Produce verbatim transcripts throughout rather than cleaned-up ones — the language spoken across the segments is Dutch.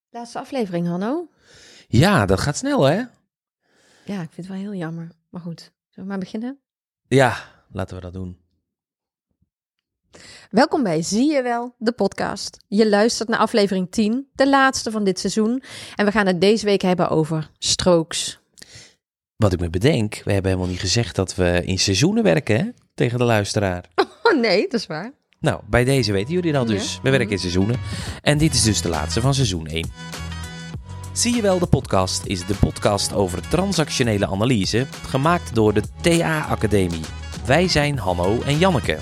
Laatste aflevering, Hanno. Ja, dat gaat snel, hè? Ja, ik vind het wel heel jammer. Maar goed, zullen we maar beginnen? Ja, laten we dat doen. Welkom bij Zie je wel, de podcast. Je luistert naar aflevering tien, de laatste van dit seizoen. En we gaan het deze week hebben over strokes. Wat ik me bedenk, we hebben helemaal niet gezegd dat we in seizoenen werken, hè? Tegen de luisteraar. Oh nee, dat is waar. Nou, bij deze weten jullie dat dus. Ja. We werken in seizoenen. En dit is dus de laatste van seizoen één. Zie je wel, de podcast is de podcast over transactionele analyse, gemaakt door de T A Academie. Wij zijn Hanno en Janneke.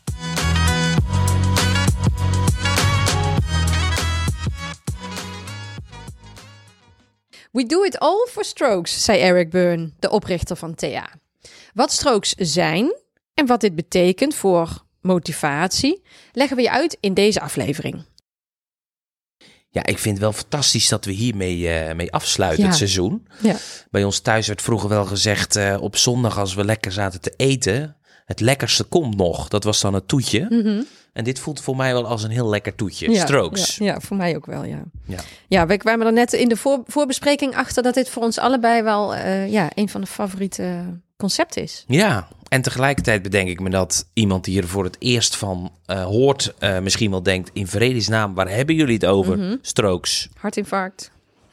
We do it all for strokes, zei Eric Byrne, de oprichter van T A. Wat strokes zijn en wat dit betekent voor motivatie, leggen we je uit in deze aflevering. Ja, ik vind het wel fantastisch dat we hiermee uh, mee afsluiten Ja. het seizoen. Ja. Bij ons thuis werd vroeger wel gezegd, uh, op zondag als we lekker zaten te eten, het lekkerste komt nog. Dat was dan het toetje. Mm-hmm. En dit voelt voor mij wel als een heel lekker toetje. Ja, Strokes. Ja, ja, voor mij ook wel, ja. Ja. Ja, we kwamen er net in de voor, voorbespreking achter dat dit voor ons allebei wel uh, ja, een van de favoriete concepten is. Ja, en tegelijkertijd bedenk ik me dat iemand die hier voor het eerst van uh, hoort, uh, misschien wel denkt, in vredesnaam, waar hebben jullie het over? Mm-hmm. Strokes. Hartinfarct.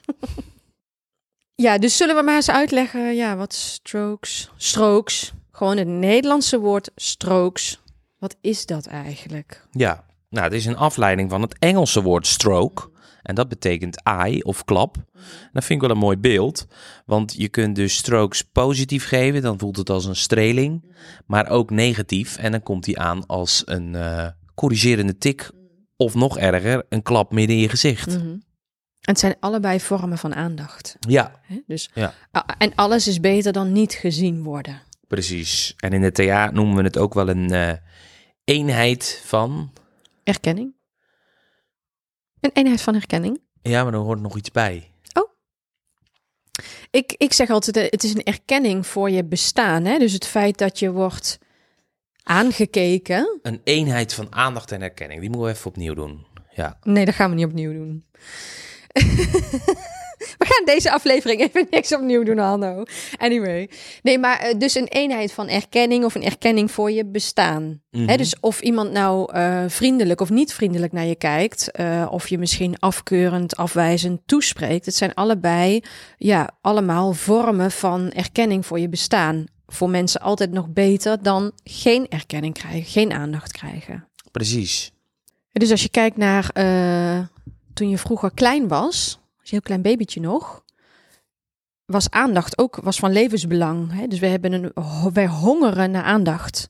Ja, dus zullen we maar eens uitleggen, ja, wat strokes, strokes, gewoon het Nederlandse woord strokes. Wat is dat eigenlijk? Ja, nou, het is een afleiding van het Engelse woord stroke. En dat betekent aai of klap. Dat vind ik wel een mooi beeld. Want je kunt dus strokes positief geven, dan voelt het als een streling. Maar ook negatief. En dan komt die aan als een uh, corrigerende tik. Of nog erger, een klap midden in je gezicht. Mm-hmm. En het zijn allebei vormen van aandacht. Ja. Hè? Dus, Ja. uh, en alles is beter dan niet gezien worden. Precies. En in de T A noemen we het ook wel een uh, eenheid van... Erkenning. Een eenheid van herkenning. Ja, maar er hoort nog iets bij. Oh. Ik, ik zeg altijd, het is een erkenning voor je bestaan. Hè? Dus het feit dat je wordt aangekeken. Een eenheid van aandacht en herkenning. Die moeten we even opnieuw doen. Ja. Nee, dat gaan we niet opnieuw doen. We gaan deze aflevering even niks opnieuw doen, Hanno. Anyway. Nee, maar dus een eenheid van erkenning of een erkenning voor je bestaan. Mm-hmm. Hè, dus of iemand nou uh, vriendelijk of niet vriendelijk naar je kijkt, uh, of je misschien afkeurend, afwijzend toespreekt. Het zijn allebei, ja, allemaal vormen van erkenning voor je bestaan. Voor mensen altijd nog beter dan geen erkenning krijgen, geen aandacht krijgen. Precies. Dus als je kijkt naar uh, toen je vroeger klein was, als je een heel klein babytje nog, was aandacht ook was van levensbelang. Hè? Dus we hebben een, wij hongeren naar aandacht.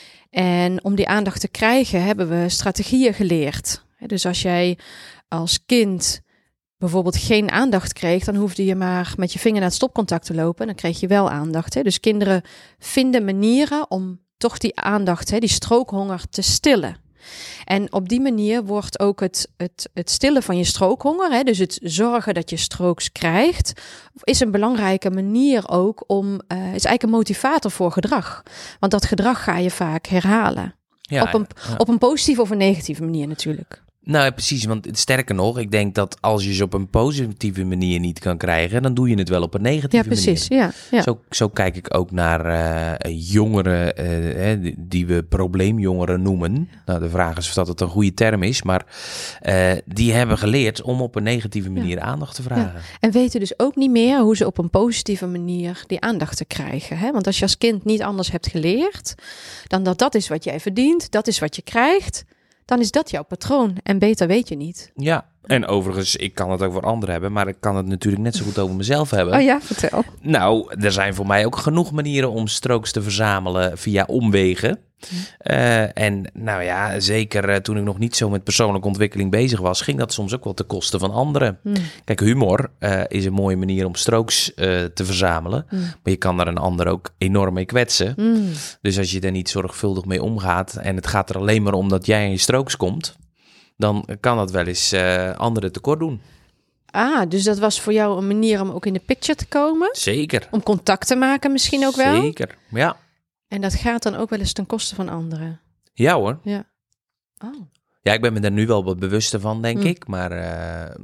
En om die aandacht te krijgen hebben we strategieën geleerd. Dus als jij als kind bijvoorbeeld geen aandacht kreeg, dan hoefde je maar met je vinger naar het stopcontact te lopen. Dan kreeg je wel aandacht. Hè? Dus kinderen vinden manieren om toch die aandacht, hè, die strookhonger te stillen. En op die manier wordt ook het, het, het stillen van je strookhonger, hè, dus het zorgen dat je strokes krijgt, is een belangrijke manier ook om, uh, is eigenlijk een motivator voor gedrag. Want dat gedrag ga je vaak herhalen. Ja, op, een, ja. op een positieve of een negatieve manier natuurlijk. Nou ja, precies, want sterker nog, ik denk dat als je ze op een positieve manier niet kan krijgen, dan doe je het wel op een negatieve ja, precies, manier. Ja, ja. Zo, zo kijk ik ook naar uh, jongeren, uh, die, die we probleemjongeren noemen. Nou, de vraag is of dat het een goede term is, maar uh, die hebben geleerd om op een negatieve manier ja. aandacht te vragen. Ja. En weten dus ook niet meer hoe ze op een positieve manier die aandacht te krijgen. Hè? Want als je als kind niet anders hebt geleerd dan dat dat is wat jij verdient, dat is wat je krijgt, dan is dat jouw patroon en beter weet je niet. Ja, en overigens, ik kan het ook voor anderen hebben, maar ik kan het natuurlijk net zo goed over mezelf hebben. Oh ja, vertel. Nou, er zijn voor mij ook genoeg manieren om strokes te verzamelen via omwegen. Uh, en nou ja, zeker uh, toen ik nog niet zo met persoonlijke ontwikkeling bezig was, ging dat soms ook wel ten koste van anderen. Hmm. Kijk, humor uh, is een mooie manier om strokes uh, te verzamelen, hmm. maar je kan daar een ander ook enorm mee kwetsen. Hmm. Dus als je er niet zorgvuldig mee omgaat en het gaat er alleen maar om dat jij in je strokes komt, dan kan dat wel eens uh, anderen tekort doen. Ah, dus dat was voor jou een manier om ook in de picture te komen? Zeker. Om contact te maken misschien ook wel? Zeker, ja. En dat gaat dan ook wel eens ten koste van anderen? Ja hoor. Ja. Oh. Ja, ik ben me daar nu wel wat bewuster van, denk mm. ik. Maar uh,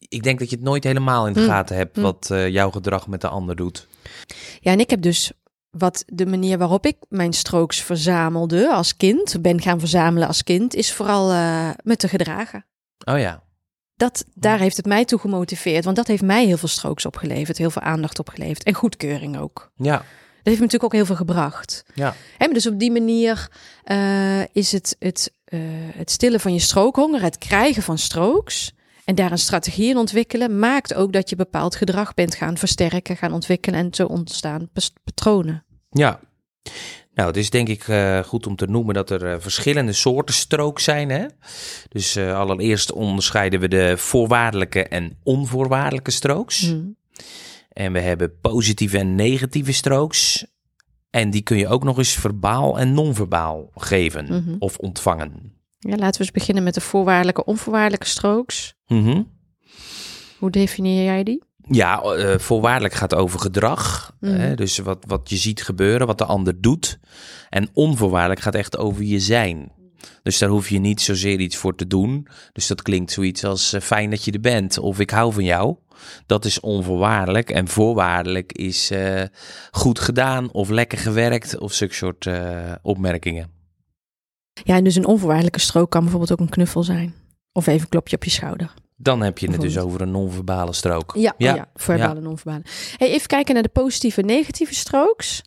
ik denk dat je het nooit helemaal in de Mm. gaten hebt Mm. wat uh, jouw gedrag met de ander doet. Ja, en ik heb dus wat de manier waarop ik mijn strokes verzamelde als kind, ben gaan verzamelen als kind, is vooral uh, me te gedragen. Oh ja. Dat, daar heeft het mij toe gemotiveerd, want dat heeft mij heel veel strokes opgeleverd, heel veel aandacht opgeleverd en goedkeuring ook. Ja. Dat heeft me natuurlijk ook heel veel gebracht. Ja. He, dus op die manier uh, is het, het, uh, het stillen van je strookhonger, het krijgen van strokes en daar een strategie in ontwikkelen, maakt ook dat je bepaald gedrag bent gaan versterken, gaan ontwikkelen en zo ontstaan patronen. Ja. Nou, het is denk ik uh, goed om te noemen dat er uh, verschillende soorten strook zijn. Hè? Dus uh, allereerst onderscheiden we de voorwaardelijke en onvoorwaardelijke strokes. Hmm. En we hebben positieve en negatieve strokes. En die kun je ook nog eens verbaal en non-verbaal geven mm-hmm. of ontvangen. Ja, laten we eens beginnen met de voorwaardelijke, onvoorwaardelijke strokes. Mm-hmm. Hoe definieer jij die? Ja, uh, voorwaardelijk gaat over gedrag. Mm. Hè, dus wat, wat je ziet gebeuren, wat de ander doet. En onvoorwaardelijk gaat echt over je zijn. Dus daar hoef je niet zozeer iets voor te doen. Dus dat klinkt zoiets als uh, fijn dat je er bent of ik hou van jou. Dat is onvoorwaardelijk. En voorwaardelijk is uh, goed gedaan of lekker gewerkt of zulke soort uh, opmerkingen. Ja, en dus een onvoorwaardelijke strook kan bijvoorbeeld ook een knuffel zijn. Of even een klopje op je schouder. Dan heb je het dus over een non-verbale strook. Ja, ja. Oh ja verbale ja. non-verbale. Hey, even kijken naar de positieve en negatieve strokes.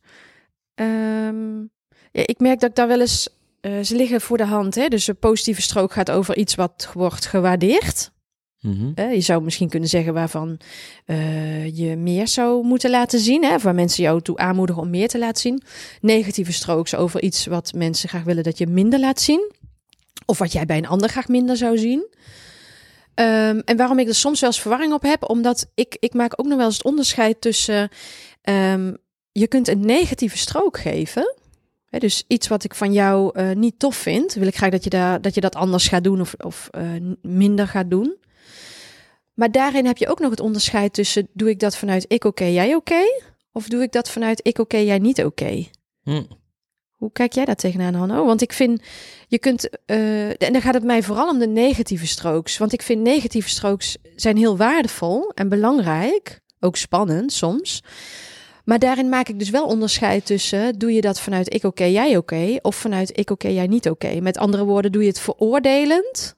Um, ja, ik merk dat ik daar wel eens... Uh, ze liggen voor de hand. Hè? Dus een positieve strook gaat over iets wat wordt gewaardeerd. Mm-hmm. Uh, je zou misschien kunnen zeggen waarvan uh, je meer zou moeten laten zien. Hè? Of waar mensen jou toe aanmoedigen om meer te laten zien. Negatieve strokes over iets wat mensen graag willen dat je minder laat zien. Of wat jij bij een ander graag minder zou zien. Um, en waarom ik er soms wel eens verwarring op heb, omdat ik, ik maak ook nog wel eens het onderscheid tussen, um, je kunt een negatieve strook geven. Hè, dus iets wat ik van jou uh, niet tof vind, wil ik graag dat je, daar, dat je dat anders gaat doen of, of uh, minder gaat doen. Maar daarin heb je ook nog het onderscheid tussen, doe ik dat vanuit ik oké, okay, jij oké? Okay, of doe ik dat vanuit ik oké, okay, jij niet oké? Okay? Hm. Hoe kijk jij daar tegenaan, Hanno? Want ik vind, je kunt, uh, en dan gaat het mij vooral om de negatieve strokes. Want ik vind negatieve strokes zijn heel waardevol en belangrijk. Ook spannend soms. Maar daarin maak ik dus wel onderscheid tussen, doe je dat vanuit ik oké, jij oké? Of vanuit ik oké, jij niet oké? Met andere woorden, doe je het veroordelend?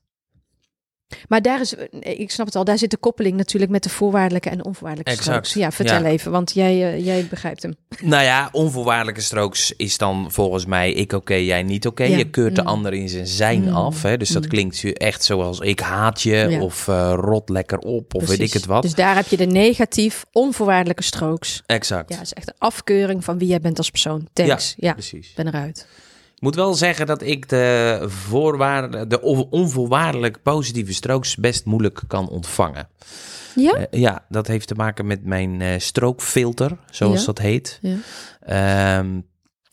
Maar daar is, ik snap het al, daar zit de koppeling natuurlijk met de voorwaardelijke en de onvoorwaardelijke exact. strokes. Ja, vertel ja. even, want jij, uh, jij begrijpt hem. Nou ja, onvoorwaardelijke strokes is dan volgens mij ik oké, okay, jij niet oké. Okay. Ja. Je keurt de mm. ander in zijn zijn mm. af. Hè? Dus dat mm. klinkt echt zoals ik haat je ja. of uh, rot lekker op of Precies. weet ik het wat. Dus daar heb je de negatief onvoorwaardelijke strokes. Exact. Ja, het is echt een afkeuring van wie jij bent als persoon. Thanks. Ja, ja precies. Ben eruit. Ik moet wel zeggen dat ik de, voorwaarde, de onvoorwaardelijk positieve strokes best moeilijk kan ontvangen. Ja? Uh, ja, dat heeft te maken met mijn uh, strookfilter, zoals ja. dat heet. Ja, um,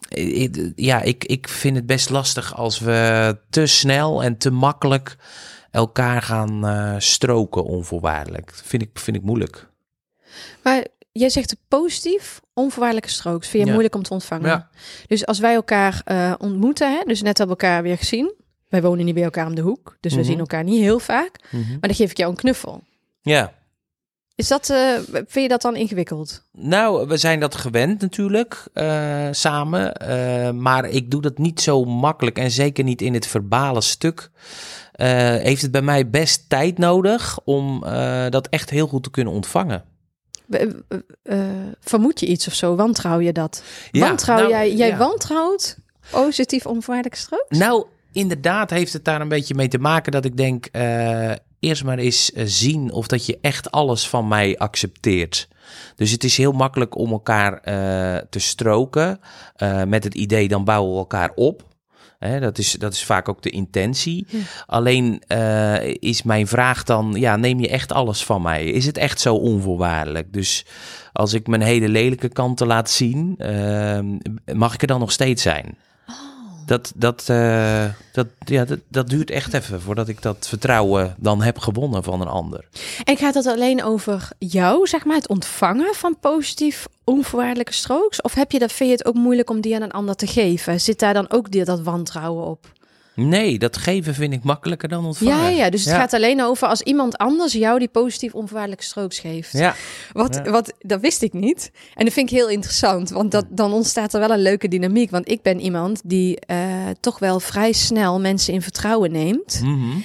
ik, ja ik, ik vind het best lastig als we te snel en te makkelijk elkaar gaan uh, stroken onvoorwaardelijk. Dat vind ik, vind ik moeilijk. Maar jij zegt positief, onvoorwaardelijke strokes. Vind je ja. moeilijk om te ontvangen. Ja. Dus als wij elkaar uh, ontmoeten, hè, dus net hebben we elkaar weer gezien. Wij wonen niet bij elkaar om de hoek, dus mm-hmm. we zien elkaar niet heel vaak. Mm-hmm. Maar dan geef ik jou een knuffel. Ja. Is dat, uh, vind je dat dan ingewikkeld? Nou, we zijn dat gewend natuurlijk, uh, samen. Uh, maar ik doe dat niet zo makkelijk en zeker niet in het verbale stuk. Uh, heeft het bij mij best tijd nodig om uh, dat echt heel goed te kunnen ontvangen. Uh, uh, vermoed je iets of zo? Wantrouw je dat? Ja, Wantrouw nou, jij, jij ja. wantrouwt positief onvoorwaardelijke strokes? Nou, inderdaad heeft het daar een beetje mee te maken dat ik denk, uh, eerst maar eens uh, zien of dat je echt alles van mij accepteert. Dus het is heel makkelijk om elkaar uh, te stroken uh, met het idee, dan bouwen we elkaar op. Hè, dat is, dat is vaak ook de intentie. Hm. Alleen uh, is mijn vraag dan, ja, neem je echt alles van mij? Is het echt zo onvoorwaardelijk? Dus als ik mijn hele lelijke kanten laat zien, uh, mag ik er dan nog steeds zijn? Oh. Dat, dat, uh, dat, ja, dat, dat duurt echt even voordat ik dat vertrouwen dan heb gewonnen van een ander. En gaat het alleen over jou, zeg maar, het ontvangen van positief onvoorwaardelijke strokes? Of heb je dat, vind je het ook moeilijk om die aan een ander te geven? Zit daar dan ook die, dat wantrouwen op? Nee, dat geven vind ik makkelijker dan ontvangen. Ja, ja, dus het ja. gaat alleen over als iemand anders jou die positief onvoorwaardelijke strokes geeft. Ja. Wat, Ja. wat, dat wist ik niet. En dat vind ik heel interessant, want dat, dan ontstaat er wel een leuke dynamiek. Want ik ben iemand die uh, toch wel vrij snel mensen in vertrouwen neemt. Mm-hmm.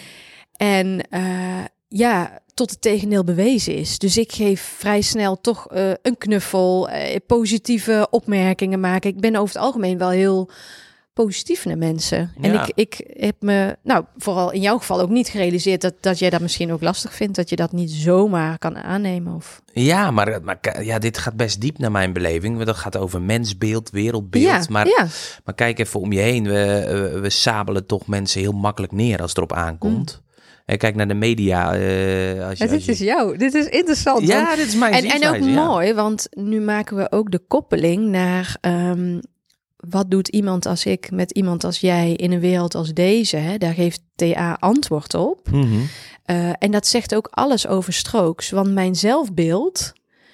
En uh, ja, tot het tegendeel bewezen is. Dus ik geef vrij snel toch uh, een knuffel, uh, positieve opmerkingen maken. Ik ben over het algemeen wel heel positief naar mensen. En Ja. ik, ik heb me, nou, vooral in jouw geval ook niet gerealiseerd dat, dat jij dat misschien ook lastig vindt. Dat je dat niet zomaar kan aannemen. Of... Ja, maar, maar ja, dit gaat best diep naar mijn beleving. Want dat gaat over mensbeeld, wereldbeeld. Ja, maar, ja. maar kijk even om je heen. We, we sabelen toch mensen heel makkelijk neer als het erop aankomt. Mm. En kijk naar de media. Uh, als je, ja, dit als je... is jou. Dit is interessant. Ja, want... dit is mijn En, en ook ja. mooi, want nu maken we ook de koppeling naar... Um, wat doet iemand als ik met iemand als jij in een wereld als deze? Hè? Daar geeft T A antwoord op. Mm-hmm. Uh, en dat zegt ook alles over strokes. Want mijn zelfbeeld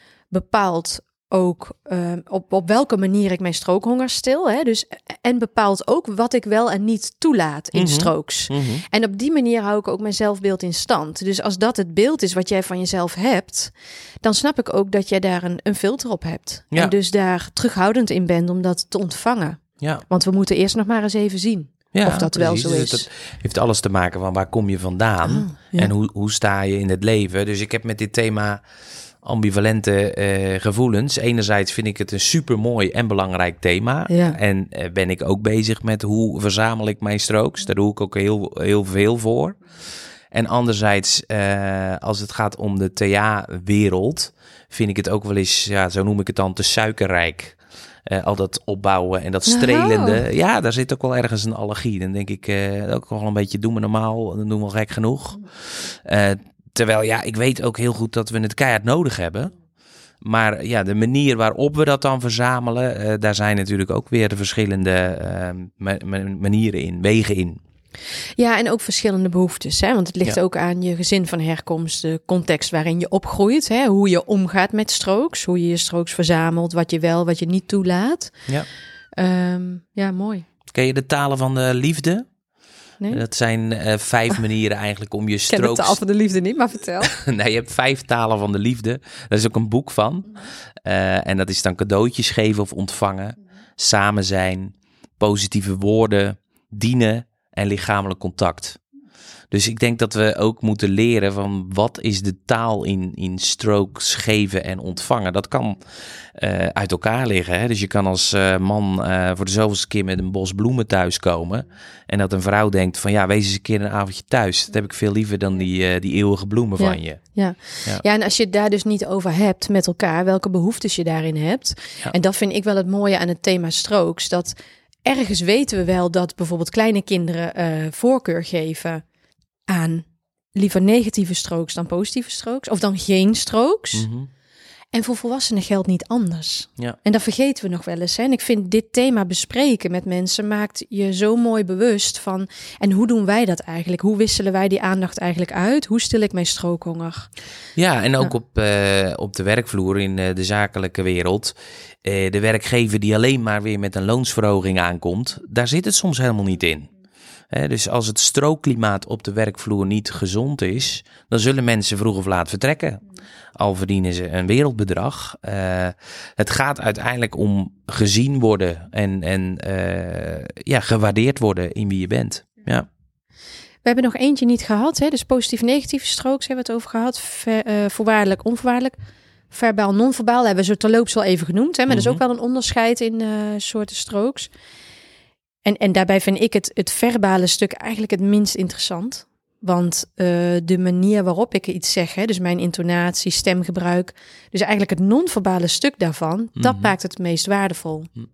bepaalt ook uh, op, op welke manier ik mijn strookhonger stil. Hè? Dus, en bepaalt ook wat ik wel en niet toelaat in Mm-hmm. strokes. Mm-hmm. En op die manier hou ik ook mijn zelfbeeld in stand. Dus als dat het beeld is wat jij van jezelf hebt, dan snap ik ook dat jij daar een, een filter op hebt. Ja. En dus daar terughoudend in bent om dat te ontvangen. Ja. Want we moeten eerst nog maar eens even zien Ja, of dat wel precies. zo Dus is. dat heeft alles te maken van waar kom je vandaan Ah, ja. en hoe, hoe sta je in het leven. Dus ik heb met dit thema ambivalente uh, gevoelens. Enerzijds vind ik het een supermooi en belangrijk thema. Ja. En uh, ben ik ook bezig met hoe verzamel ik mijn strokes. Daar doe ik ook heel, heel veel voor. En anderzijds, uh, als het gaat om de T A-wereld, vind ik het ook wel eens, ja, zo noem ik het dan, te suikerrijk. Uh, al dat opbouwen en dat strelende. Oh. Ja, daar zit ook wel ergens een allergie. Dan denk ik uh, ook wel een beetje, doe me normaal, dan doen we wel gek genoeg. Uh, terwijl, ja, ik weet ook heel goed dat we het keihard nodig hebben. Maar ja, de manier waarop we dat dan verzamelen, uh, daar zijn natuurlijk ook weer de verschillende uh, ma- ma- manieren in, wegen in. Ja, en ook verschillende behoeftes. Hè? Want het ligt ja. ook aan je gezin van herkomst, de context waarin je opgroeit. Hè? Hoe je omgaat met strokes, hoe je je strokes verzamelt, wat je wel, wat je niet toelaat. Ja, um, ja mooi. Ken je de talen van de liefde? Nee? Dat zijn uh, vijf manieren eigenlijk om je strokes... Ik ken de taal van de liefde niet, maar vertel. Nee, je hebt vijf talen van de liefde. Daar is ook een boek van. Uh, en dat is dan cadeautjes geven of ontvangen. Samen zijn, positieve woorden, dienen en lichamelijk contact. Dus ik denk dat we ook moeten leren van wat is de taal in, in strokes geven en ontvangen. Dat kan uh, uit elkaar liggen. Hè? Dus je kan als uh, man uh, voor de zoveelste keer met een bos bloemen thuiskomen. En dat een vrouw denkt van ja, wees eens een keer een avondje thuis. Dat heb ik veel liever dan die, uh, die eeuwige bloemen ja, van je. Ja. Ja. ja, en als je het daar dus niet over hebt met elkaar, welke behoeftes je daarin hebt. Ja. En dat vind ik wel het mooie aan het thema strokes. Dat ergens weten we wel dat bijvoorbeeld kleine kinderen uh, voorkeur geven aan liever negatieve strokes dan positieve strokes. Of dan geen strokes. Mm-hmm. En voor volwassenen geldt niet anders. Ja. En dat vergeten we nog wel eens. Hè? En ik vind dit thema bespreken met mensen maakt je zo mooi bewust van... en hoe doen wij dat eigenlijk? Hoe wisselen wij die aandacht eigenlijk uit? Hoe stil ik mijn strookhonger? Ja, en ook ja. op, uh, op de werkvloer in uh, de zakelijke wereld... Uh, de werkgever die alleen maar weer met een loonsverhoging aankomt... daar zit het soms helemaal niet in. He, dus als het strookklimaat op de werkvloer niet gezond is, dan zullen mensen vroeg of laat vertrekken. Al verdienen ze een wereldbedrag. Uh, het gaat uiteindelijk om gezien worden en, en uh, ja, gewaardeerd worden in wie je bent. Ja. We hebben nog eentje niet gehad, hè? Dus positief-negatieve strokes hebben we het over gehad. Ver, uh, voorwaardelijk, onvoorwaardelijk. Verbaal, non-verbaal hebben we zo terloops wel even genoemd. Hè? Maar mm-hmm. er is ook wel een onderscheid in uh, soorten strokes. En, en daarbij vind ik het, het verbale stuk eigenlijk het minst interessant. Want uh, de manier waarop ik iets zeg, hè, dus mijn intonatie, stemgebruik... dus eigenlijk het non-verbale stuk daarvan, mm-hmm. dat maakt het meest waardevol. Mm.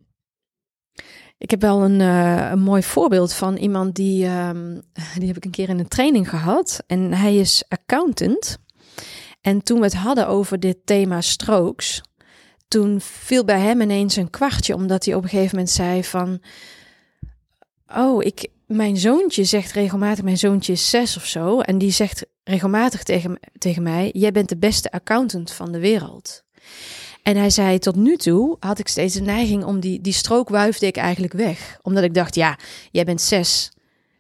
Ik heb wel een, uh, een mooi voorbeeld van iemand die... Um, die heb ik een keer in een training gehad. En hij is accountant. En toen we het hadden over dit thema strokes... toen viel bij hem ineens een kwartje... omdat hij op een gegeven moment zei van... Oh, ik, mijn zoontje zegt regelmatig, mijn zoontje is zes of zo, en die zegt regelmatig tegen, tegen mij, jij bent de beste accountant van de wereld. En hij zei, tot nu toe had ik steeds de neiging om die, die strook wuifde ik eigenlijk weg. Omdat ik dacht, ja, jij bent zes,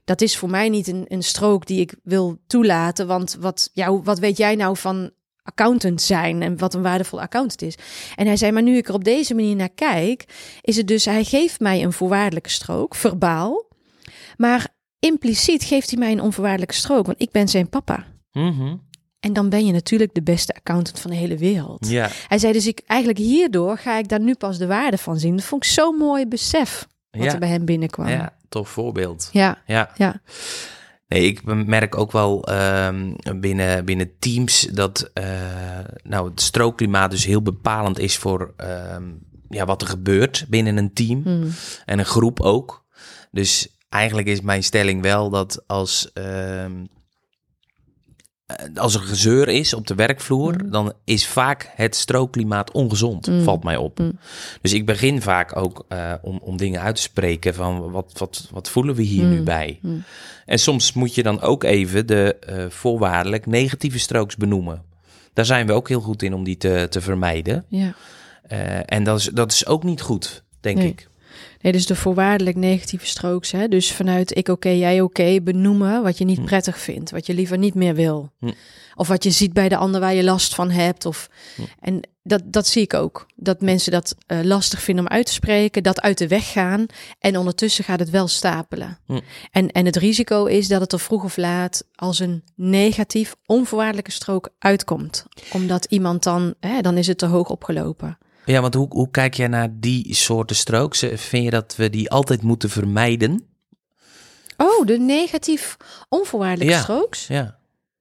dat is voor mij niet een, een strook die ik wil toelaten. Want wat, jou, wat weet jij nou van accountant zijn en wat een waardevol accountant is? En hij zei, maar nu ik er op deze manier naar kijk, is het dus, hij geeft mij een voorwaardelijke strook, verbaal. Maar impliciet geeft hij mij een onvoorwaardelijke strook, want ik ben zijn papa. Mm-hmm. En dan ben je natuurlijk de beste accountant van de hele wereld. Ja. Hij zei dus, ik, eigenlijk hierdoor ga ik daar nu pas de waarde van zien. Dat vond ik zo'n mooi besef wat Ja. er bij hem binnenkwam. Ja, tof voorbeeld. Ja, Ja. ja. Nee, ik merk ook wel um, binnen, binnen teams dat uh, nou, het strookklimaat dus heel bepalend is voor um, ja, wat er gebeurt binnen een team Hmm. en een groep ook. Dus eigenlijk is mijn stelling wel dat als, um, als er gezeur is op de werkvloer, Mm. dan is vaak het strookklimaat ongezond, Mm. valt mij op. Mm. Dus ik begin vaak ook uh, om, om dingen uit te spreken van wat, wat, wat voelen we hier Mm. nu bij? Mm. En soms moet je dan ook even de uh, voorwaardelijk negatieve strokes benoemen. Daar zijn we ook heel goed in om die te, te vermijden. Ja. Uh, en dat is, dat is ook niet goed, denk Nee. ik. Nee, dus de voorwaardelijk negatieve strokes. Hè? Dus vanuit ik oké, jij oké, benoemen wat je niet Hm. prettig vindt. Wat je liever niet meer wil. Hm. Of wat je ziet bij de ander waar je last van hebt. Of... Hm. En dat, dat zie ik ook. Dat mensen dat uh, lastig vinden om uit te spreken. Dat uit de weg gaan. En ondertussen gaat het wel stapelen. Hm. En, en het risico is dat het er vroeg of laat als een negatief, onvoorwaardelijke strook uitkomt. Omdat iemand dan, hè, dan is het te hoog opgelopen. Ja, want hoe, hoe kijk jij naar die soorten strokes? Vind je dat we die altijd moeten vermijden? Oh, de negatief onvoorwaardelijke Ja. strokes? Ja.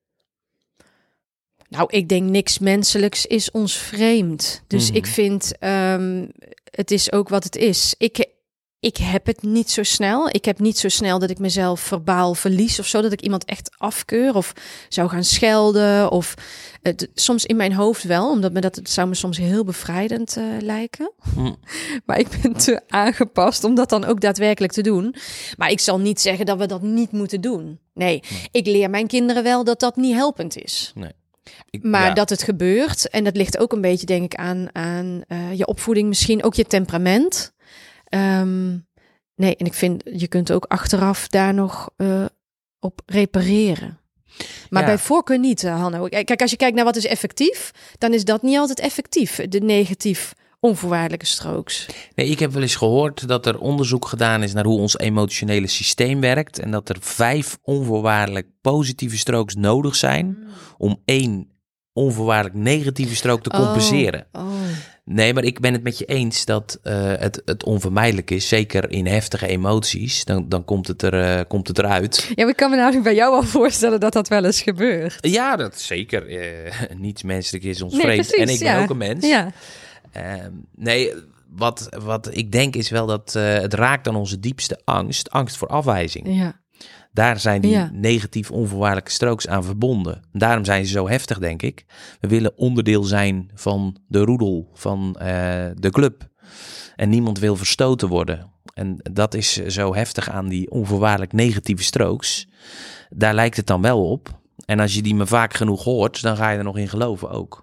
Nou, ik denk niks menselijks is ons vreemd. Dus Mhm. ik vind, um, het is ook wat het is. Ik, ik heb het niet zo snel. Ik heb niet zo snel dat ik mezelf verbaal verlies of zo. Dat ik iemand echt afkeur of zou gaan schelden. Of het, soms in mijn hoofd wel, omdat me dat, het zou me soms heel bevrijdend uh, lijken. Hm. Maar ik ben te aangepast om dat dan ook daadwerkelijk te doen. Maar ik zal niet zeggen dat we dat niet moeten doen. Nee, Nee. ik leer mijn kinderen wel dat dat niet helpend is. Nee. Ik, Maar ja. dat het gebeurt, en dat ligt ook een beetje, denk ik, aan, aan uh, je opvoeding, misschien ook je temperament. Um, nee, en ik vind, je kunt ook achteraf daar nog uh, op repareren. Maar Ja. bij voorkeur niet, uh, Hanno. Kijk, als je kijkt naar wat is effectief, dan is dat niet altijd effectief, de negatief onvoorwaardelijke strokes. Nee, ik heb wel eens gehoord dat er onderzoek gedaan is naar hoe ons emotionele systeem werkt. En dat er vijf onvoorwaardelijk positieve strokes nodig zijn om één onvoorwaardelijk negatieve strook te compenseren. Oh, oh. Nee, maar ik ben het met je eens dat uh, het, het onvermijdelijk is. Zeker in heftige emoties. Dan, dan komt, het er, uh, komt het eruit. Ja, maar ik kan me nou bij jou wel voorstellen dat dat wel eens gebeurt. Ja, dat zeker. Uh, niets menselijk is ons Nee, vreemd. precies, En ik ben ja. ook een mens. Ja. Uh, nee, wat, wat ik denk is wel dat uh, het raakt aan onze diepste angst. Angst voor afwijzing. Ja. Daar zijn die Ja. negatief onvoorwaardelijke strokes aan verbonden. Daarom zijn ze zo heftig, denk ik. We willen onderdeel zijn van de roedel, van uh, de club. En niemand wil verstoten worden. En dat is zo heftig aan die onvoorwaardelijk negatieve strokes. Daar lijkt het dan wel op. En als je die maar vaak genoeg hoort, dan ga je er nog in geloven ook.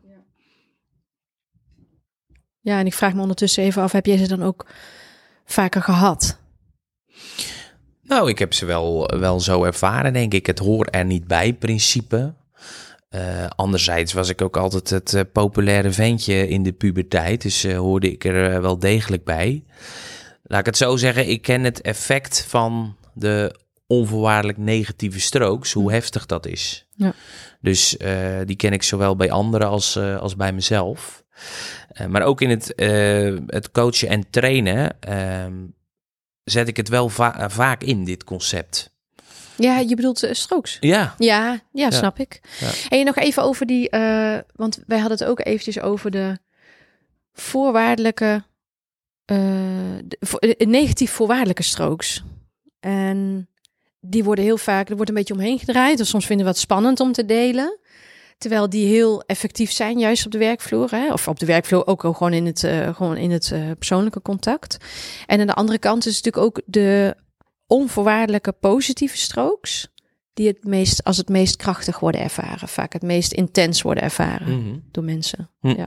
Ja, en ik vraag me ondertussen even af, heb jij ze dan ook vaker gehad? Nou, ik heb ze wel, wel zo ervaren, denk ik. Het hoort er niet bij, principe. Uh, anderzijds was ik ook altijd het uh, populaire ventje in de puberteit. Dus uh, hoorde ik er uh, wel degelijk bij. Laat ik het zo zeggen, ik ken het effect van de onvoorwaardelijk negatieve strokes, hoe heftig dat is. Ja. Dus uh, die ken ik zowel bij anderen als, uh, als bij mezelf. Uh, maar ook in het, uh, het coachen en trainen uh, zet ik het wel va- vaak in, dit concept. Ja, je bedoelt uh, strokes? Ja. Ja, ja, ja. Snap ik. Ja. En nog even over die, uh, want wij hadden het ook eventjes over de voorwaardelijke, uh, de, de negatief voorwaardelijke strokes. En die worden heel vaak, er wordt een beetje omheen gedraaid. Dus soms vinden we het spannend om te delen. Terwijl die heel effectief zijn, juist op de werkvloer. Hè? Of op de werkvloer ook al gewoon in het, uh, gewoon in het uh, persoonlijke contact. En aan de andere kant is natuurlijk ook de onvoorwaardelijke positieve strokes, die het meest, als het meest krachtig worden ervaren. Vaak het meest intens worden ervaren Mm-hmm. door mensen. Hm. Ja.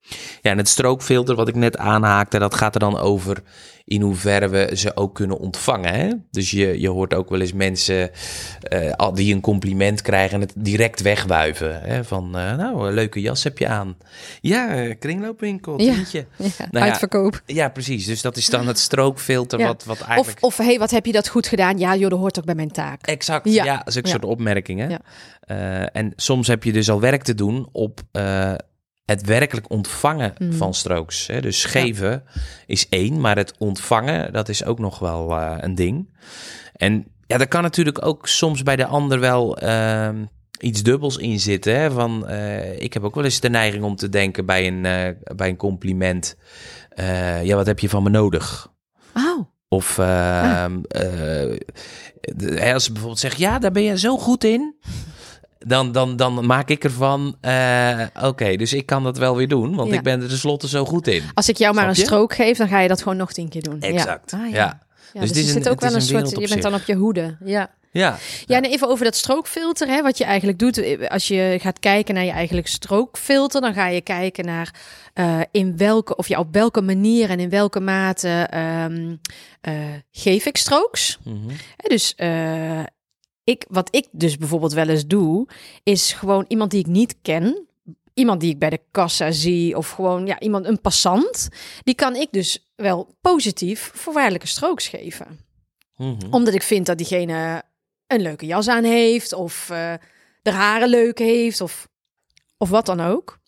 Ja, en het strookfilter wat ik net aanhaakte, dat gaat er dan over in hoeverre we ze ook kunnen ontvangen. Hè? Dus je, je hoort ook wel eens mensen uh, die een compliment krijgen en het direct wegwuiven. Hè? Van, uh, nou, een leuke jas heb je aan. Ja, uh, kringloopwinkel, tientje. Ja, ja, nou uitverkoop. Ja, ja, precies. Dus dat is dan het strookfilter ja. wat, wat eigenlijk... Of, of hey, wat heb je dat goed gedaan? Ja, joh, dat hoort ook bij mijn taak. Exact, ja. ja zulke ja. soort opmerkingen. Ja. Uh, en soms heb je dus al werk te doen op... Uh, het werkelijk ontvangen mm. van strokes. Hè? Dus geven ja. is één, maar het ontvangen, dat is ook nog wel uh, een ding. En ja, daar kan natuurlijk ook soms bij de ander wel uh, iets dubbels in zitten. Hè? Van, uh, ik heb ook wel eens de neiging om te denken bij een, uh, bij een compliment. Uh, ja, wat heb je van me nodig? Oh. Of uh, ah. uh, de, als ze bijvoorbeeld zegt, ja, daar ben je zo goed in. Dan, dan, dan maak ik ervan, uh, oké, okay, dus ik kan dat wel weer doen, want ja. ik ben er tenslotte zo goed in. Als ik jou maar Snap een strook je? geef, dan ga je dat gewoon nog tien keer doen. Exact, ja. Ah, ja. ja. ja dus, dus er zit ook wel een, een soort, je bent zich. dan op je hoede. Ja. Ja. Ja, en even over dat strookfilter, hè, wat je eigenlijk doet. Als je gaat kijken naar je eigenlijk strookfilter, dan ga je kijken naar uh, in welke, of ja, op welke manier en in welke mate um, uh, geef ik strokes. Mm-hmm. Hè, dus... Uh, Ik, wat ik dus bijvoorbeeld wel eens doe, is gewoon iemand die ik niet ken, iemand die ik bij de kassa zie of gewoon ja, iemand, een passant, die kan ik dus wel positief voorwaardelijke strokes geven. Mm-hmm. Omdat ik vind dat diegene een leuke jas aan heeft of uh, de haren leuk heeft of, of wat dan ook.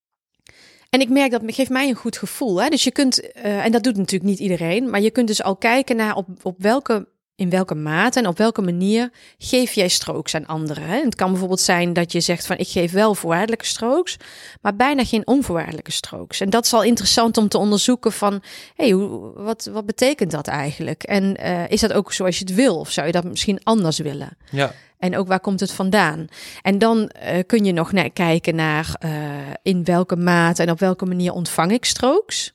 En ik merk dat het geeft mij een goed gevoel. Hè? Dus je kunt, uh, en dat doet natuurlijk niet iedereen, maar je kunt dus al kijken naar op, op welke... in welke mate en op welke manier geef jij strokes aan anderen. Hè? Het kan bijvoorbeeld zijn dat je zegt van ik geef wel voorwaardelijke strokes, maar bijna geen onvoorwaardelijke strokes. En dat is al interessant om te onderzoeken van, hey, hoe, wat, wat betekent dat eigenlijk? En uh, is dat ook zoals je het wil of zou je dat misschien anders willen? Ja. En ook waar komt het vandaan? En dan uh, kun je nog naar kijken naar uh, in welke mate en op welke manier ontvang ik strokes.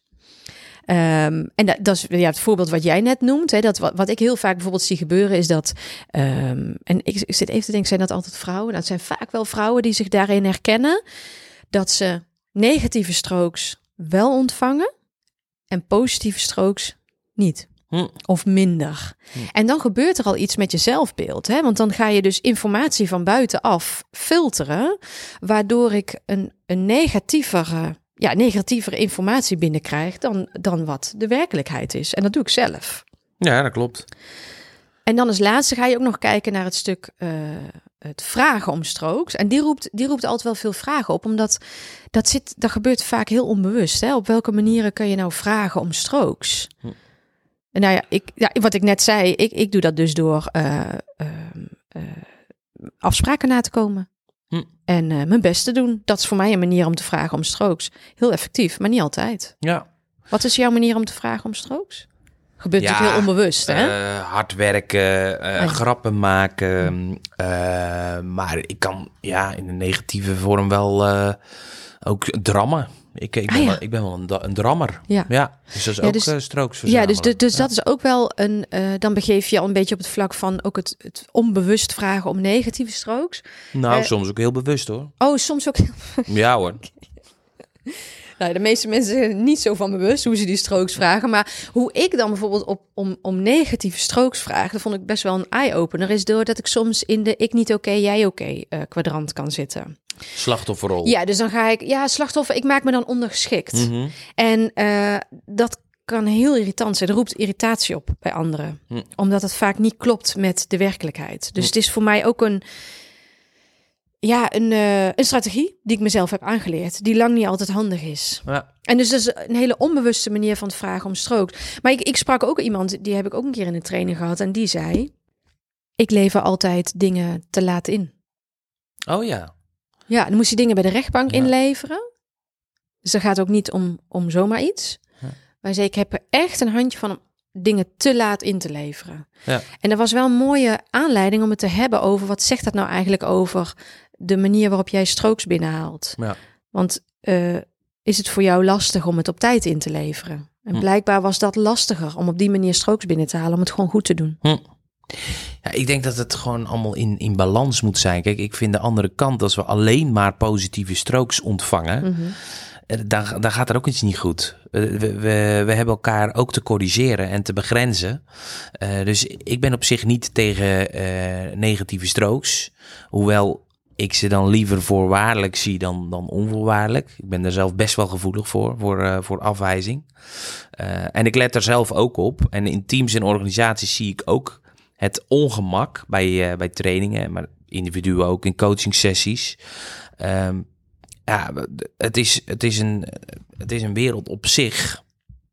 Um, en dat, dat is ja, het voorbeeld wat jij net noemt. Hè, dat wat, wat ik heel vaak bijvoorbeeld zie gebeuren is dat... Um, en ik, ik zit even te denken, zijn dat altijd vrouwen? Nou, het zijn vaak wel vrouwen die zich daarin herkennen. Dat ze negatieve strokes wel ontvangen en positieve strokes niet. Hm. Of minder. Hm. En dan gebeurt er al iets met je zelfbeeld. Hè? Want dan ga je dus informatie van buitenaf filteren, waardoor ik een, een negatievere... ja, negatievere informatie binnenkrijg dan, dan wat de werkelijkheid is. En dat doe ik zelf. Ja, dat klopt. En dan als laatste ga je ook nog kijken naar het stuk uh, het vragen om strokes. En die roept, die roept altijd wel veel vragen op, omdat dat, zit, dat gebeurt vaak heel onbewust. Hè? Op welke manieren kun je nou vragen om strokes? Hm. En nou ja, ik, ja, wat ik net zei, ik, ik doe dat dus door uh, uh, uh, afspraken na te komen. Hm. En uh, mijn best te doen. Dat is voor mij een manier om te vragen om strokes. Heel effectief, maar niet altijd. Ja. Wat is jouw manier om te vragen om strokes? Gebeurt ja, natuurlijk heel onbewust, hè? Uh, hard werken, uh, ja. grappen maken. Uh, maar ik kan ja in een negatieve vorm wel uh, ook drammen. Ik, ik, ben, ah, ja. wel, ik ben wel een, een drammer. Ja. ja. Dus dat is ja, ook dus, uh, strokes verzamelen. Ja, dus, dus, dus ja. dat is ook wel een... Uh, dan begeef je al een beetje op het vlak van ook het, het onbewust vragen om negatieve strokes. Nou, uh, soms ook heel bewust, hoor. Oh, soms ook... ja, hoor. Okay. Nou, de meeste mensen zijn niet zo van bewust hoe ze die strokes vragen. Maar hoe ik dan bijvoorbeeld op, om, om negatieve strokes vraag, dat vond ik best wel een eye-opener, is doordat ik soms in de ik niet oké, okay, jij oké okay, uh, kwadrant kan zitten. Slachtofferrol. Ja, dus dan ga ik... Ja, slachtoffer, ik maak me dan ondergeschikt. Mm-hmm. En uh, dat kan heel irritant zijn. Er roept irritatie op bij anderen. Mm. Omdat het vaak niet klopt met de werkelijkheid. Dus mm. het is voor mij ook een... Ja, een, uh, een strategie die ik mezelf heb aangeleerd. Die lang niet altijd handig is. Ja. En dus dat is een hele onbewuste manier van het vragen om strokes. Maar ik, ik sprak ook iemand, die heb ik ook een keer in een training gehad. En die zei, ik lever altijd dingen te laat in. Oh ja. Ja, dan moest hij dingen bij de rechtbank ja. inleveren. Dus dat gaat ook niet om, om zomaar iets. Ja. Maar hij zei, ik heb er echt een handje van om dingen te laat in te leveren. Ja. En dat was wel een mooie aanleiding om het te hebben over... wat zegt dat nou eigenlijk over de manier waarop jij strokes binnenhaalt? Ja. Want uh, is het voor jou lastig om het op tijd in te leveren? En hm. blijkbaar was dat lastiger om op die manier strokes binnen te halen... om het gewoon goed te doen. Hm. Ja, ik denk dat het gewoon allemaal in, in balans moet zijn. Kijk, ik vind de andere kant, als we alleen maar positieve strokes ontvangen... Mm-hmm. dan, dan gaat er ook iets niet goed. We, we, we hebben elkaar ook te corrigeren en te begrenzen. Uh, dus ik ben op zich niet tegen uh, negatieve strokes. Hoewel ik ze dan liever voorwaardelijk zie dan, dan onvoorwaardelijk. Ik ben er zelf best wel gevoelig voor, voor, uh, voor afwijzing. Uh, en ik let er zelf ook op. En in teams en organisaties zie ik ook het ongemak bij, uh, bij trainingen, maar individuen ook in coachingsessies. Um, ja, het is, het, is een, het is een wereld op zich.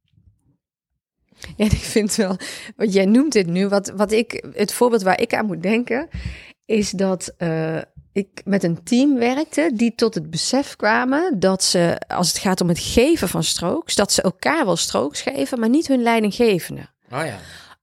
Ja, ik vind wel, want jij noemt dit nu, wat, wat ik, het voorbeeld waar ik aan moet denken, is dat uh, ik met een team werkte die tot het besef kwamen dat ze, als het gaat om het geven van strokes, dat ze elkaar wel strokes geven, maar niet hun leidinggevende. Oh ja.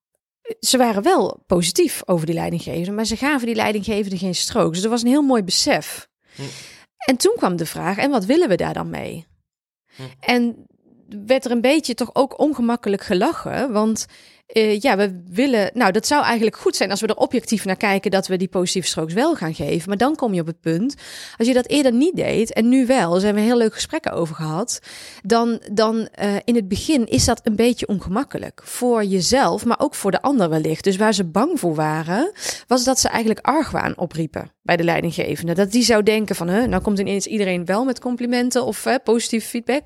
Ze waren wel positief over die leidinggevende, maar ze gaven die leidinggevende geen strokes. Dus dat was een heel mooi besef. Hm. En toen kwam de vraag, en wat willen we daar dan mee? Hm. En werd er een beetje toch ook ongemakkelijk gelachen, want uh, ja, we willen, nou dat zou eigenlijk goed zijn als we er objectief naar kijken dat we die positieve strokes wel gaan geven, maar dan kom je op het punt, als je dat eerder niet deed en nu wel, daar zijn we heel leuk gesprekken over gehad, dan, dan uh, in het begin is dat een beetje ongemakkelijk voor jezelf, maar ook voor de ander wellicht. Dus waar ze bang voor waren, was dat ze eigenlijk argwaan opriepen bij de leidinggevende. Dat die zou denken van, huh, nou komt ineens iedereen wel met complimenten of uh, positieve feedback.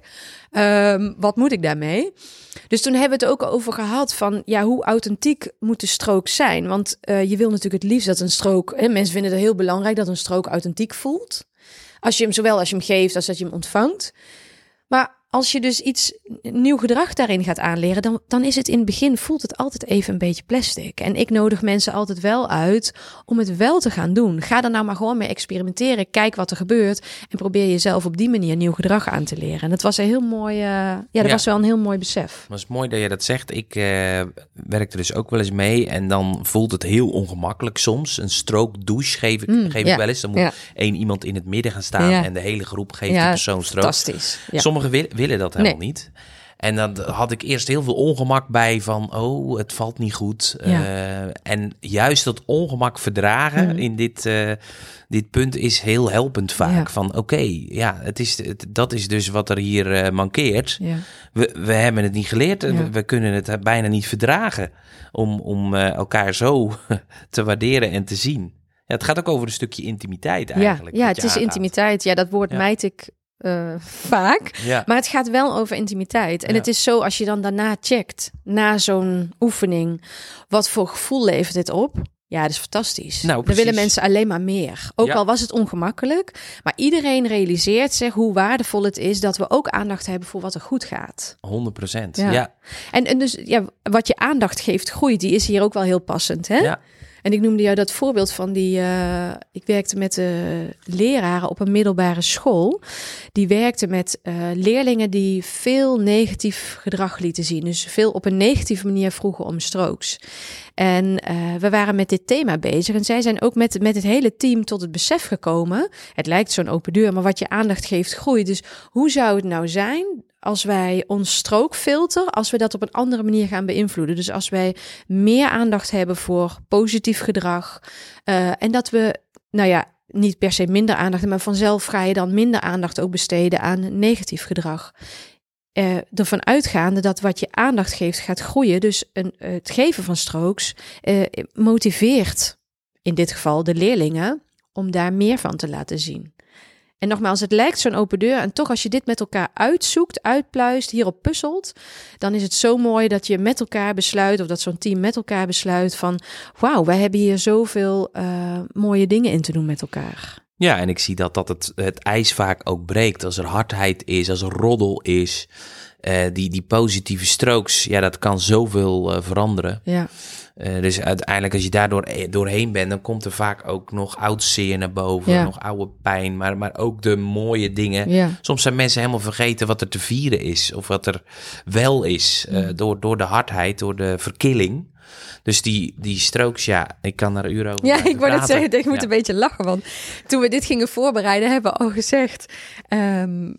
Um, wat moet ik daarmee? Dus toen hebben we het ook over gehad van, ja, hoe authentiek moet de stroke zijn? Want uh, je wil natuurlijk het liefst dat een stroke, hè, mensen vinden het heel belangrijk dat een stroke authentiek voelt. Als je hem, zowel als je hem geeft als dat je hem ontvangt. Maar als je dus iets nieuw gedrag daarin gaat aanleren, dan, dan is het in het begin, voelt het altijd even een beetje plastic. En ik nodig mensen altijd wel uit om het wel te gaan doen. Ga er nou maar gewoon mee experimenteren. Kijk wat er gebeurt en probeer jezelf op die manier nieuw gedrag aan te leren. En dat was een heel mooi, uh, ja, dat ja. was wel een heel mooi besef. Het is mooi dat je dat zegt. Ik uh, werk er dus ook wel eens mee en dan voelt het heel ongemakkelijk soms. Een stroke douche geef ik, mm, geef ja. ik wel eens. Dan moet ja. één iemand in het midden gaan staan ja. en de hele groep geeft ja, die persoon stroke. Fantastisch. Ja. Sommigen willen willen dat helemaal nee. niet. En dan had ik eerst heel veel ongemak bij van, oh, het valt niet goed. Ja. Uh, en juist dat ongemak verdragen mm. in dit, uh, dit punt is heel helpend vaak. Ja. Van oké, okay, ja, het is, het, dat is dus wat er hier uh, mankeert. Ja. We, we hebben het niet geleerd en ja. we, we kunnen het bijna niet verdragen om, om uh, elkaar zo te waarderen en te zien. Ja, het gaat ook over een stukje intimiteit eigenlijk. Ja, ja het is aangaat. Intimiteit. Ja, dat woord ja. mijt ik Uh, vaak, ja. maar het gaat wel over intimiteit. En ja. het is zo, als je dan daarna checkt, na zo'n oefening, wat voor gevoel levert dit op? Ja, dat is fantastisch. Nou, dan willen mensen alleen maar meer. Ook ja. al was het ongemakkelijk, maar iedereen realiseert zich hoe waardevol het is dat we ook aandacht hebben voor wat er goed gaat. honderd procent, ja. ja. En, en dus ja, wat je aandacht geeft groeit, die is hier ook wel heel passend, hè? Ja. En ik noemde jou dat voorbeeld van die, uh, ik werkte met uh, leraren op een middelbare school. Die werkten met uh, leerlingen die veel negatief gedrag lieten zien. Dus veel op een negatieve manier vroegen om strokes. En uh, we waren met dit thema bezig en zij zijn ook met, met het hele team tot het besef gekomen. Het lijkt zo'n open deur, maar wat je aandacht geeft groeit. Dus hoe zou het nou zijn als wij ons strookfilter, als we dat op een andere manier gaan beïnvloeden? Dus als wij meer aandacht hebben voor positief gedrag uh, en dat we, nou ja, niet per se minder aandacht, maar vanzelf ga je dan minder aandacht ook besteden aan negatief gedrag. Uh, ervan uitgaande dat wat je aandacht geeft gaat groeien. Dus een, uh, het geven van strokes uh, motiveert in dit geval de leerlingen om daar meer van te laten zien. En nogmaals, het lijkt zo'n open deur. En toch als je dit met elkaar uitzoekt, uitpluist, hierop puzzelt, dan is het zo mooi dat je met elkaar besluit, of dat zo'n team met elkaar besluit van, wauw, wij hebben hier zoveel uh, mooie dingen in te doen met elkaar. Ja, en ik zie dat, dat het, het ijs vaak ook breekt. Als er hardheid is, als er roddel is. Uh, die, die positieve strokes, ja, dat kan zoveel uh, veranderen. Ja. Uh, dus uiteindelijk als je daardoor doorheen bent, dan komt er vaak ook nog oud zeer naar boven. Ja. Nog oude pijn, maar, maar ook de mooie dingen. Ja. Soms zijn mensen helemaal vergeten wat er te vieren is. Of wat er wel is. Uh, mm. door, door de hardheid, door de verkilling. Dus die, die strokes, ja, ik kan daar uren over Ja, ik wou net zeggen, ik moet ja. een beetje lachen. Want toen we dit gingen voorbereiden, hebben we al gezegd, Um,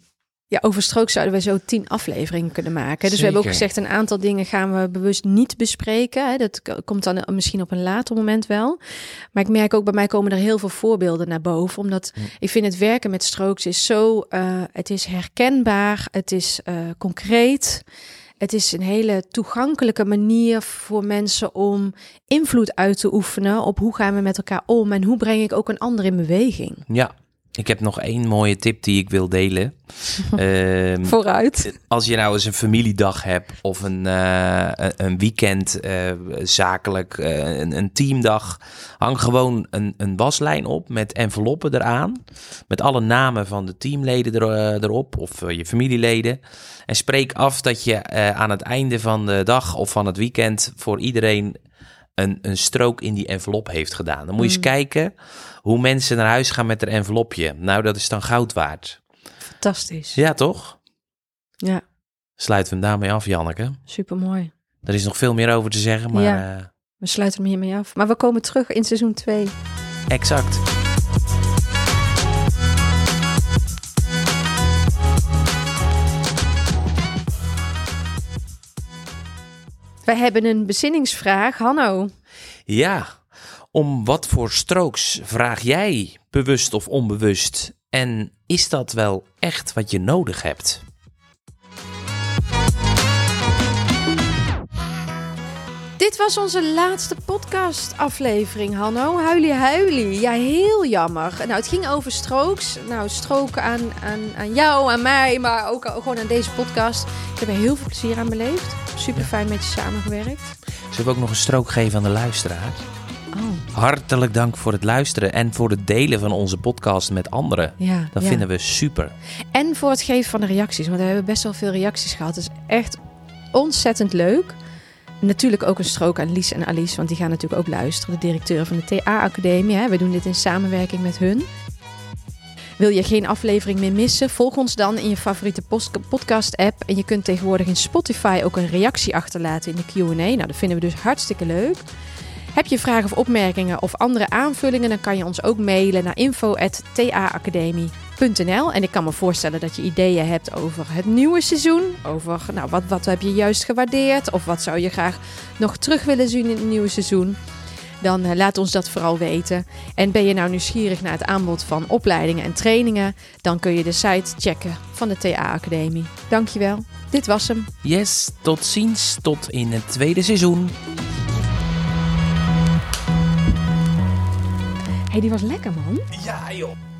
Ja, over strook zouden we zo tien afleveringen kunnen maken. Dus Zeker. we hebben ook gezegd, een aantal dingen gaan we bewust niet bespreken. Hè. Dat k- komt dan misschien op een later moment wel. Maar ik merk ook, bij mij komen er heel veel voorbeelden naar boven. Omdat Hm. ik vind het werken met strokes is zo... Uh, het is herkenbaar, het is uh, concreet. Het is een hele toegankelijke manier voor mensen om invloed uit te oefenen op hoe gaan we met elkaar om en hoe breng ik ook een ander in beweging. Ja, ik heb nog één mooie tip die ik wil delen. uh, Vooruit. Als je nou eens een familiedag hebt of een, uh, een weekend, uh, zakelijk, uh, een, een teamdag, hang gewoon een, een waslijn op met enveloppen eraan. Met alle namen van de teamleden er, uh, erop of uh, je familieleden. En spreek af dat je uh, aan het einde van de dag of van het weekend voor iedereen een, een strook in die envelop heeft gedaan. Dan moet je mm. eens kijken hoe mensen naar huis gaan met een envelopje. Nou, dat is dan goud waard. Fantastisch. Ja, toch? Ja. Sluiten we hem daarmee af, Janneke. Supermooi. Er is nog veel meer over te zeggen, maar... Ja, uh... we sluiten hem hiermee af. Maar we komen terug in seizoen twee. Exact. Wij hebben een bezinningsvraag. Hanno. Ja, om wat voor strokes vraag jij, bewust of onbewust? En is dat wel echt wat je nodig hebt? Dit was onze laatste podcastaflevering, Hanno. Huilie, huilie. Ja, heel jammer. Nou, het ging over strokes. Nou, stroken aan, aan, aan jou, aan mij, maar ook gewoon aan deze podcast. Ik heb er heel veel plezier aan beleefd. Super fijn met je samengewerkt. Zullen we ook nog een strook geven aan de luisteraar? Oh. Hartelijk dank voor het luisteren en voor het delen van onze podcast met anderen. Ja, dat ja. vinden we super. En voor het geven van de reacties, want we hebben best wel veel reacties gehad. Het is echt ontzettend leuk. Natuurlijk ook een strook aan Lies en Alice, want die gaan natuurlijk ook luisteren. De directeur van de T A-academie. Hè. We doen dit in samenwerking met hun. Wil je geen aflevering meer missen? Volg ons dan in je favoriete podcast-app. En je kunt tegenwoordig in Spotify ook een reactie achterlaten in de Q en A. Nou, dat vinden we dus hartstikke leuk. Heb je vragen of opmerkingen of andere aanvullingen, dan kan je ons ook mailen naar info at t a academie punt n l. En ik kan me voorstellen dat je ideeën hebt over het nieuwe seizoen. Over, nou, wat, wat heb je juist gewaardeerd? Of wat zou je graag nog terug willen zien in het nieuwe seizoen? Dan uh, laat ons dat vooral weten. En ben je nou nieuwsgierig naar het aanbod van opleidingen en trainingen, dan kun je de site checken van de T A-academie. Dankjewel. Dit was hem. Yes, tot ziens. Tot in het tweede seizoen. Hé, hey, die was lekker, man. Ja, joh.